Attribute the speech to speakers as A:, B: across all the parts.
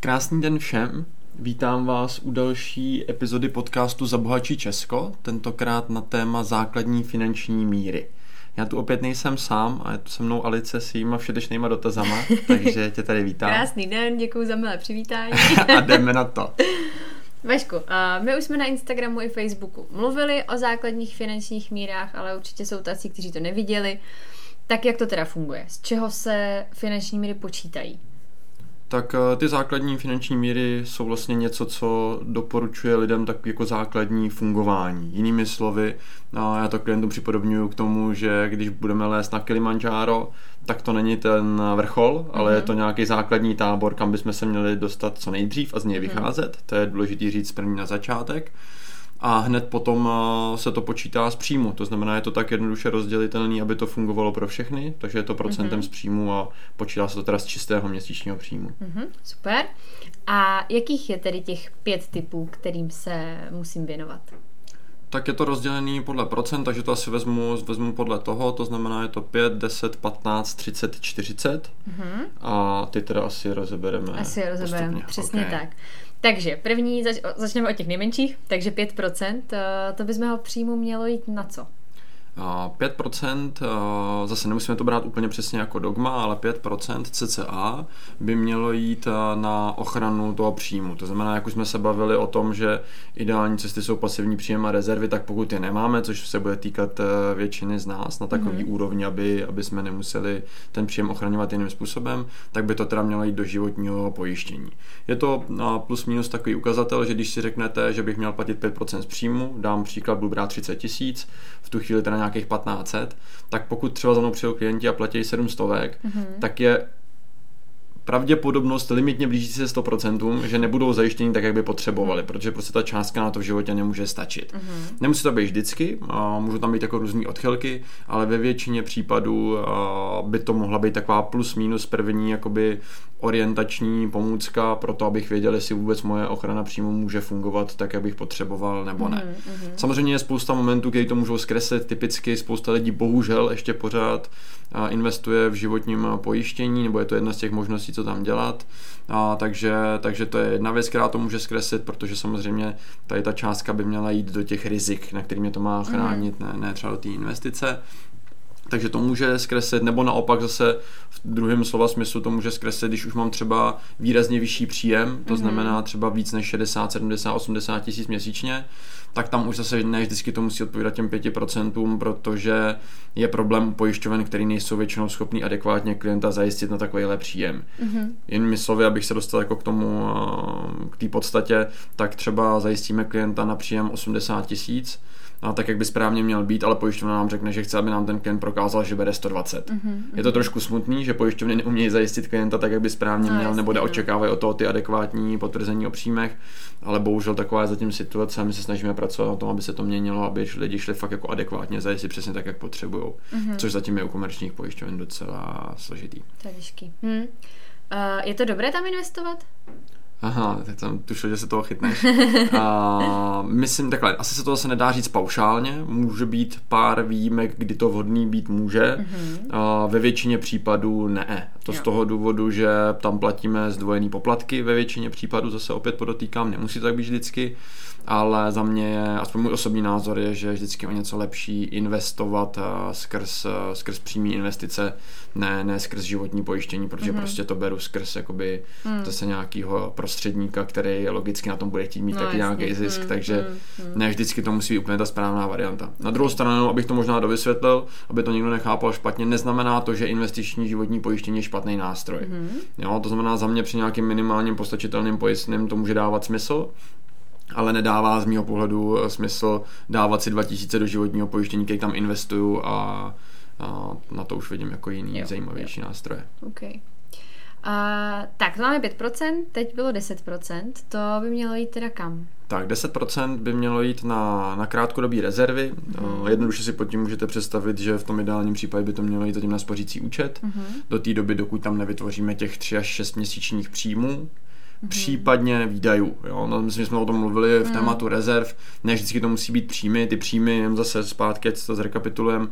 A: Krásný den všem, vítám vás u další epizody podcastu Zabohatší Česko, tentokrát na téma základní finanční míry. Já tu opět nejsem sám a je tu se mnou Alice s jejíma všetečnýma dotazama, takže tě tady vítám.
B: Krásný den, děkuji za milé přivítání.
A: A jdeme na to.
B: Vašku, my už jsme na Instagramu i Facebooku mluvili o základních finančních mírách, ale určitě jsou tací, kteří to neviděli. Tak jak to teda funguje? Z čeho se finanční míry počítají?
A: Tak ty základní finanční míry jsou vlastně něco, co doporučuje lidem tak jako základní fungování. Jinými slovy, já to klientům připodobňuji k tomu, že když budeme lézt na Kilimanjaro, tak to není ten vrchol, ale je to nějaký základní tábor, kam bychom se měli dostat co nejdřív a z něj vycházet. To je důležitý říct první na začátek. A hned potom se to počítá z příjmu, to znamená, je to tak jednoduše rozdělitelný, aby to fungovalo pro všechny, takže je to procentem z příjmu a počítá se to teda z čistého měsíčního příjmu.
B: Super. A jakých je tedy těch 5 typů, kterým se musím věnovat?
A: Tak je to rozdělený podle procent, takže to asi vezmu podle toho, to znamená, je to 5, 10, 15, 30, 40 a ty teda asi rozebereme.
B: Přesně tak. Takže první, začneme od těch nejmenších, takže 5%, to by z mého příjmu mělo jít na co?
A: 5%, zase nemusíme to brát úplně přesně jako dogma, ale 5% cca by mělo jít na ochranu toho příjmu. To znamená, jak už jsme se bavili o tom, že ideální cesty jsou pasivní příjem a rezervy, tak pokud je nemáme, což se bude týkat většiny z nás na takový úrovni, aby jsme nemuseli ten příjem ochraňovat jiným způsobem, tak by to teda mělo jít do životního pojištění. Je to plus minus takový ukazatel, že když si řeknete, že bych měl platit 5% z příjmu, dám příklad, budu brát 30 000, v tu chvíli teda nějakých 1500, tak pokud třeba za mnou přijdou klienti a platí 700, tak je pravděpodobnost limitně blíží se 100%, že nebudou zajištěni tak, jak by potřebovali, protože prostě ta částka na to v životě nemůže stačit. Nemusí to být vždycky, můžou tam být jako různý odchylky, ale ve většině případů by to mohla být taková plus minus první jakoby orientační pomůcka pro to, abych věděl, jestli vůbec moje ochrana příjmu může fungovat tak, jak bych potřeboval, nebo ne. Samozřejmě je spousta momentů, kdy to můžou zkreslit, typicky spousta lidí bohužel ještě pořád investuje v životním pojištění, nebo je to jedna z těch možností, co tam dělat. Takže to je jedna věc, která to může zkreslit, protože samozřejmě tady ta částka by měla jít do těch rizik, na který mě to má chránit, ne třeba do té investice. Takže to může zkreslit, nebo naopak zase v druhém slova smyslu to může zkreslit, když už mám třeba výrazně vyšší příjem, to znamená třeba víc než 60, 70, 80 tisíc měsíčně, tak tam už zase ne vždycky to musí odpovídat těm 5%, protože je problém u pojišťoven, který nejsou většinou schopný adekvátně klienta zajistit na takovýhle příjem. Jinými slovy, abych se dostal jako k té podstatě, tak třeba zajistíme klienta na příjem 80 tisíc, tak, jak by správně měl být, ale pojišťovna nám řekne, že chce, aby nám ten klient prokázal, že bere 120. Je to trošku smutný, že pojišťovny neumějí zajistit klienta tak, jak by správně měl, nebo neočekávají o toho ty adekvátní potvrzení o příjmech, ale bohužel taková je zatím situace a my se snažíme pracovat na tom, aby se to měnilo, aby lidi šli fakt jako adekvátně zajistit přesně tak, jak potřebují. Což zatím je u komerčních pojišťoven docela složitý.
B: To je těžký. Je to dobré tam investovat?
A: Aha, tak jsem tušil, že se toho chytneš. Myslím takhle, asi se to zase nedá říct paušálně, může být pár výjimek, kdy to vhodný být může, ve většině případů ne. To z toho důvodu, že tam platíme zdvojený poplatky, ve většině případů zase opět podotýkám, nemusí to tak být vždycky, ale za mě je, aspoň můj osobní názor je, že vždycky o něco lepší investovat skrz přímý investice, ne skrz životní pojištění, protože prostě to beru skrz jakoby zase nějakýho prostředníka, který logicky na tom bude chtít mít taky nějaký zisk, takže ne vždycky to musí být úplně ta správná varianta. Na druhou stranu, abych to možná dovysvětlil, aby to nikdo nechápal špatně, neznamená to, že investiční životní pojištění je špatný nástroj. Jo, to znamená, za mě při nějakým minimálním postačitelným pojistným to může dávat smysl, ale nedává z mýho pohledu smysl dávat si 2000 do životního pojištění, který tam investuju a na to už vidím jako jiný zajímavější nástroje.
B: Okay. Tak, to máme 5%, teď bylo 10%, to by mělo jít teda kam?
A: Tak 10% by mělo jít na krátkodobé rezervy. Jednoduše si pod tím můžete představit, že v tom ideálním případě by to mělo jít zatím na spořící účet. Do té doby, dokud tam nevytvoříme těch 3 až 6 měsíčních příjmů. případně výdajů. Jo? No, myslím, že jsme o tom mluvili v tématu rezerv, ne vždycky to musí být příjmy, ty příjmy, zase zpátky, ať to zrekapitulujeme,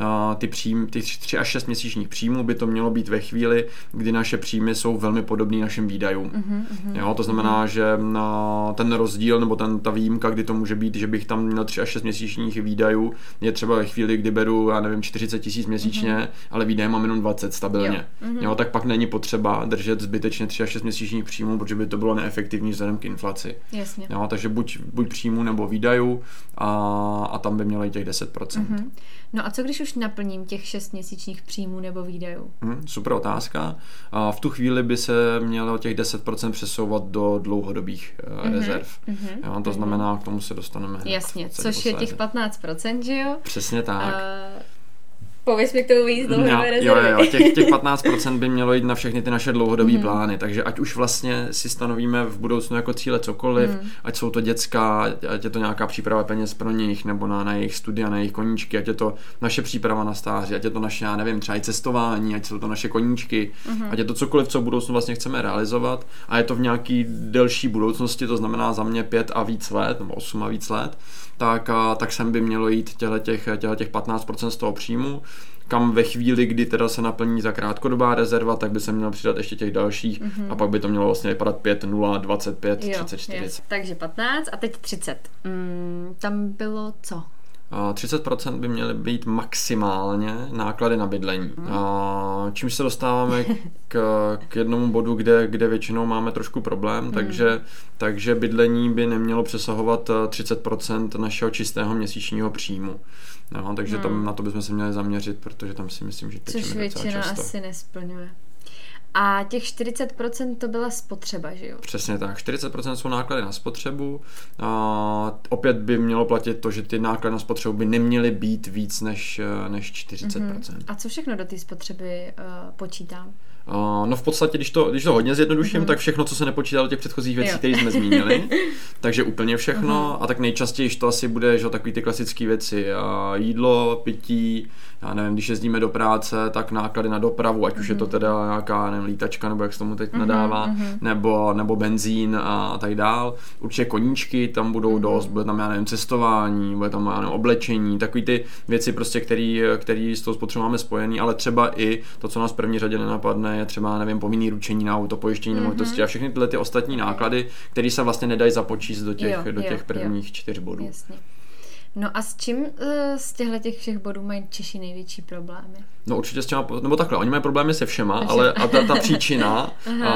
A: ty 3 až 6 měsíčních příjmů by to mělo být ve chvíli, kdy naše příjmy jsou velmi podobné našim výdajům. Jo? To znamená, že ten rozdíl nebo ta výjimka, kdy to může být, že bych tam měl 3 až 6 měsíčních výdajů, je třeba ve chvíli, kdy beru, já nevím, 40 000 měsíčně, ale výdaje mám jenom 20 stabilně. Jo, tak pak není potřeba držet zbytečně 3 až 6 měsíčních příjmů, protože by to bylo neefektivní vzhledem k inflaci.
B: Jasně.
A: Jo, takže buď příjmů nebo výdajů a tam by mělo i těch 10%.
B: No a co když už naplním těch 6 měsíčních příjmů nebo výdajů?
A: Super otázka. V tu chvíli by se mělo těch 10% přesouvat do dlouhodobých rezerv. Jo, to znamená, k tomu se dostaneme.
B: Jasně, což je těch 15%, že jo?
A: Přesně tak.
B: Pověz mi k tomu víc dlouhodobé rezervy.
A: Jo, těch 15% by mělo jít na všechny ty naše dlouhodobé plány, takže ať už vlastně si stanovíme v budoucnu jako cíle cokoliv, ať jsou to děcka, ať je to nějaká příprava peněz pro nich, nebo na jejich studia, na jejich koníčky, ať je to naše příprava na stáří, ať je to naše, já nevím, třeba i cestování, ať jsou to naše koníčky, ať je to cokoliv, co v budoucnu vlastně chceme realizovat a je to v nějaký delší budoucnosti, to znamená za mě 5 a víc let, nebo 8 a víc let, tak sem by mělo jít těch 15% z toho příjmu, kam ve chvíli, kdy teda se naplní ta krátkodobá rezerva, tak by se mělo přidat ještě těch dalších a pak by to mělo vlastně vypadat 5, 0, 25, 30, 40.
B: Yes. Takže 15 a teď 30. Tam bylo co?
A: 30% by měly být maximálně náklady na bydlení. Čímž se dostáváme k jednomu bodu, kde většinou máme trošku problém, takže bydlení by nemělo přesahovat 30% našeho čistého měsíčního příjmu. No, takže tam na to bychom se měli zaměřit, protože tam si myslím, že tečeme docela často. Což
B: většina asi nesplňuje. A těch 40% to byla spotřeba, že jo?
A: Přesně tak, 40% jsou náklady na spotřebu. Opět by mělo platit to, že ty náklady na spotřebu by neměly být víc než 40%.
B: A co všechno do té spotřeby počítám?
A: No v podstatě, když to hodně zjednoduším, tak všechno, co se nepočítalo těch předchozích věcí, které jsme zmínili, takže úplně všechno a tak nejčastěji to asi bude, že takový ty klasické věci, jídlo, pití, já nevím, když jezdíme do práce, tak náklady na dopravu, ať už je to teda nějaká, nevím, lítačka, nebo jak se tomu teď nadává, nebo benzín a tak dál. Určitě koníčky tam budou dost, bude tam, já nevím, cestování, bude tam, já nevím, oblečení, takový ty věci prostě, který s tou spotřebou máme spojený, ale třeba i to, co nás v první řadě nenapadne, je třeba, nevím, povinný ručení na auto, pojištění nemovitosti a všechny tyhle ty ostatní náklady, které se vlastně nedají započíst do těch prvních 4 bodů.
B: Jasně. No a s čím z těch všech bodů mají Češi největší problémy?
A: No určitě s těma, nebo takhle, oni mají problémy se všema, ale ta příčina,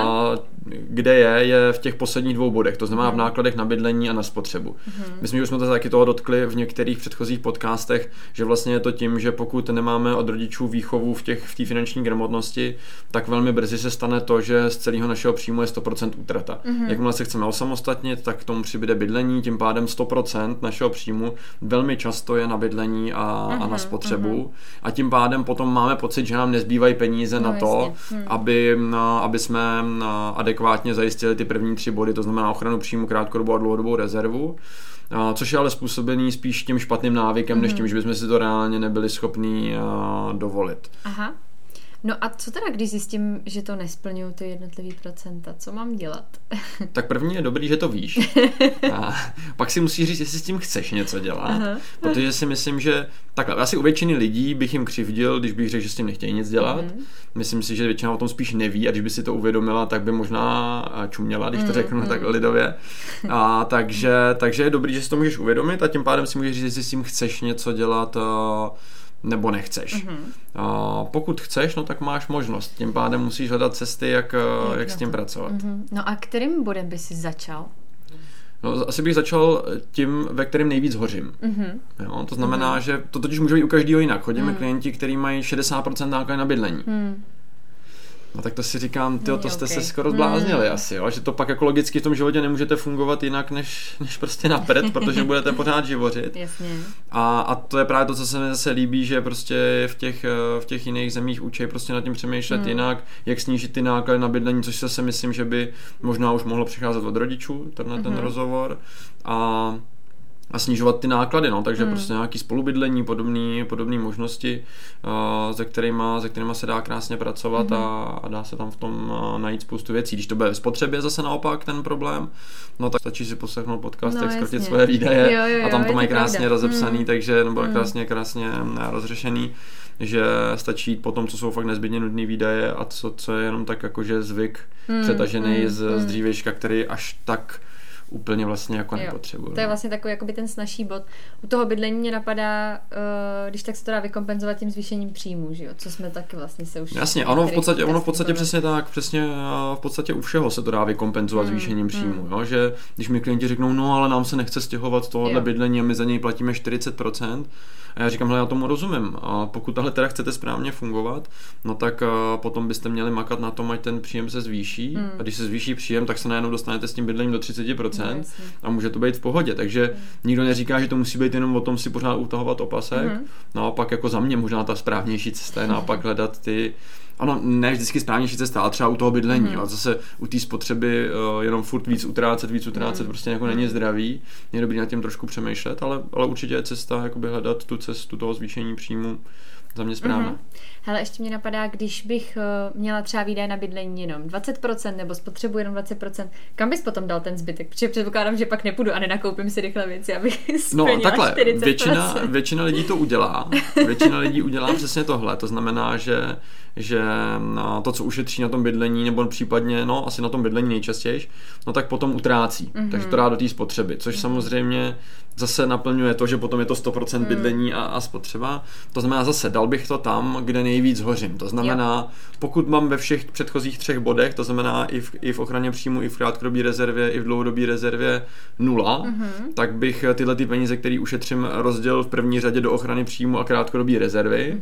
A: kde je v těch posledních 2 bodech, to znamená v nákladech na bydlení a na spotřebu. Myslím, že jsme to taky toho dotkli v některých předchozích podcastech, že vlastně je to tím, že pokud nemáme od rodičů výchovu v té finanční gramotnosti, tak velmi brzy se stane to, že z celého našeho příjmu je 100% útrata. Jakmile se chceme osamostatnit, tak k tomu přibude bydlení, tím pádem 100% našeho příjmu velmi často je na bydlení a na spotřebu a tím pádem potom máme pocit, že nám nezbývají peníze na to, aby jsme adekvátně zajistili ty první 3 body, to znamená ochranu příjmu, krátkodobou a dlouhodobou rezervu, což je ale způsobený spíš tím špatným návykem, než tím, že bychom si to reálně nebyli schopní dovolit.
B: Aha. No a co teda, když zjistím, že to nesplňuju ty jednotlivý procenta? Co mám dělat?
A: Tak první je dobrý, že to víš. A pak si musíš říct, jestli s tím chceš něco dělat. Protože si myslím, že takhle, asi u většiny lidí bych jim křivdil, když bych řekl, že s tím nechtějí nic dělat. Myslím si, že většina o tom spíš neví a když by si to uvědomila, tak by možná čuměla, když to řeknu tak lidově. Takže je dobrý, že si to můžeš uvědomit a tím pádem si můžeš říct, jestli s tím chceš něco dělat nebo nechceš. Pokud chceš, no tak máš možnost. Tím pádem musíš hledat cesty, jak s tím pracovat.
B: No a kterým bodem by si začal?
A: No, asi bych začal tím, ve kterém nejvíc hořím. Jo, to znamená, že to totiž může být u každého jinak. Chodíme klienti, kteří mají 60% náklady na bydlení. No tak to si říkám, to jste se skoro zbláznili asi, jo? Že to pak jako logicky v tom životě nemůžete fungovat jinak, než prostě na prd, protože budete pořád živořit.
B: Jasně.
A: A to je právě to, co se mi zase líbí, že prostě v těch jiných zemích učí prostě nad tím přemýšlet jinak, jak snížit ty náklady na bydlení, což se myslím, že by možná už mohlo přicházet od rodičů, ten rozhovor. a snižovat ty náklady, no, takže prostě nějaký spolubydlení, podobné možnosti, se kterýma se dá krásně pracovat a dá se tam v tom najít spoustu věcí. Když to bude v spotřebě zase naopak ten problém, no tak stačí si poslechnout podcast, jak zkrotit svoje výdaje
B: jo,
A: a tam to mají krásně
B: pravda.
A: rozepsaný, takže nebo krásně rozřešený, že stačí jít po tom, co jsou fakt nezbytně nutné výdaje a co je jenom tak jakože zvyk přetažený z dřívějška, který až tak úplně vlastně jako nepotřebuji.
B: To je vlastně takový jakoby ten snazší bod. U toho bydlení mě napadá, když tak se to dá vykompenzovat tím zvýšením příjmů, že jo? Co jsme taky vlastně se už...
A: Jasně, ono v podstatě přesně tak, v podstatě u všeho se to dá vykompenzovat zvýšením příjmů, jo? Že když mi klienti řeknou, no ale nám se nechce stěhovat z tohohle bydlení a my za něj platíme 40%, a já říkám, hele, já tomu rozumím. A pokud tahle teda chcete správně fungovat, no tak potom byste měli makat na tom, ať ten příjem se zvýší. A když se zvýší příjem, tak se najednou dostanete s tím bydlením do 30% a může to být v pohodě. Takže nikdo neříká, že to musí být jenom o tom si pořád utahovat opasek. Naopak jako za mě možná ta správnější cesta je naopak hledat ty... Ano, ne vždycky správnější cesta, ale třeba u toho bydlení. A zase u té spotřeby jenom furt víc utrácet, prostě jako není zdravý. Je dobrý nad tím trošku přemýšlet, ale určitě je cesta jakoby hledat tu cestu toho zvýšení příjmu za mě správná.
B: Hele, ještě mě napadá, když bych měla třeba výdaje na bydlení jenom 20% nebo spotřebu jenom 20%, kam bys potom dal ten zbytek? Protože předpokládám, že pak nepůjdu a nenakoupím si rychle věci, abych splnila 40%.
A: Takhle, většina lidí to udělá. Většina lidí udělá přesně tohle. To znamená, že to, co ušetří na tom bydlení, nebo případně, asi na tom bydlení nejčastěji, no tak potom utrácí. Takže to dá do té spotřeby, což samozřejmě zase naplňuje to, že potom je to 100% bydlení a spotřeba. To znamená zase, dal bych to tam, kde nejvíc hořím. To znamená, pokud mám ve všech předchozích 3 bodech, to znamená i v ochraně příjmu, i v krátkodobé rezervě, i v dlouhodobé rezervě 0, tak bych tyhle ty peníze, které ušetřím, rozdělil v první řadě do ochrany příjmu a krátkodobé rezervy.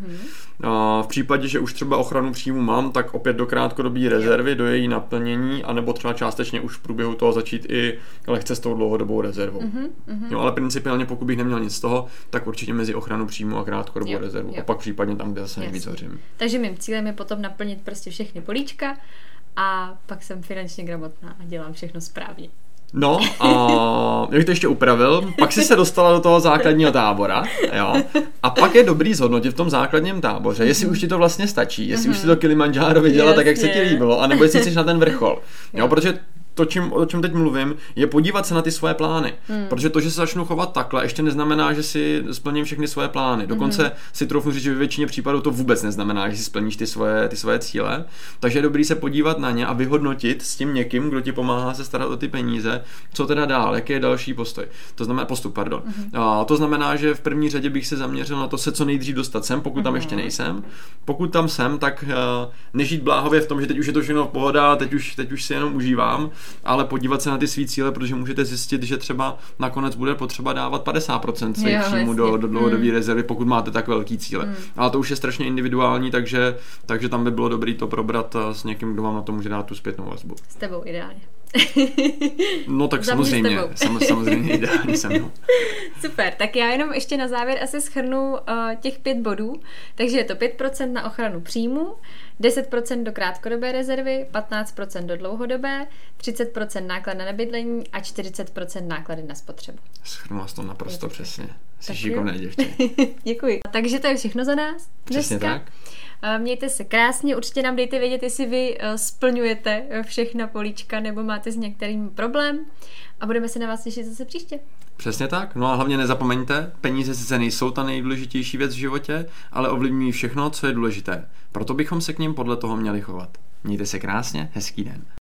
A: V případě, že už třeba ochranu příjmu mám, tak opět do krátkodobé rezervy, do její naplnění, anebo třeba částečně už v průběhu toho začít i lehce s tou dlouhodobou rezervou. Ale principiálně, pokud bych neměl nic z toho, tak určitě mezi ochranu příjmu a krátkodobou rezervu. A pak případně tam, kde zase nejvíc hořím.
B: Takže mým cílem je potom naplnit prostě všechny políčka a pak jsem finančně gramotná a dělám všechno správně.
A: No a jak to ještě upravil, pak si se dostala do toho základního tábora, jo, a pak je dobrý zhodnotit v tom základním táboře, jestli už ti to vlastně stačí, jestli už si to Kilimandžáro viděla tak, jak se ti líbilo, anebo jestli jsi na ten vrchol, jo, protože o čem teď mluvím, je podívat se na ty svoje plány. Protože to, že se začnu chovat takhle, ještě neznamená, že si splním všechny svoje plány. Dokonce si troufnu říct, že ve většině případů to vůbec neznamená, že si splníš ty svoje cíle. Takže je dobrý se podívat na ně a vyhodnotit s tím někým, kdo ti pomáhá se starat o ty peníze, co teda dál, jaký je další postoj. To znamená postup. To znamená, že v první řadě bych se zaměřil na to se co nejdřív dostat sem, pokud tam ještě nejsem. Pokud tam jsem, tak nežít bláhově v tom, že teď už je to všechno v pohoda, teď už si jenom užívám, ale podívat se na ty svý cíle, protože můžete zjistit, že třeba nakonec bude potřeba dávat 50% svých příjmů do dlouhodobé rezervy, pokud máte tak velký cíle. Ale to už je strašně individuální, takže tam by bylo dobré to probrat s někým, kdo vám na to může dát tu zpětnou vazbu.
B: S tebou ideálně.
A: No tak samozřejmě ideálně se mnou.
B: Super, tak já jenom ještě na závěr asi shrnu těch 5 bodů. Takže je to 5% na ochranu příjmu, 10% do krátkodobé rezervy, 15% do dlouhodobé, 30% náklad na bydlení a 40% náklady na spotřebu.
A: Shrnula jsi to naprosto přesně. Jsi šikovné děvče.
B: Děkuji. Takže to je všechno za nás
A: Přesně
B: dneska.
A: tak.
B: Mějte se krásně, určitě nám dejte vědět, jestli vy splňujete všechna políčka nebo máte s některým problém a budeme se na vás těšit zase příště.
A: Přesně tak, no a hlavně nezapomeňte, peníze sice nejsou ta nejdůležitější věc v životě, ale ovlivňují všechno, co je důležité. Proto bychom se k nim podle toho měli chovat. Mějte se krásně, hezký den.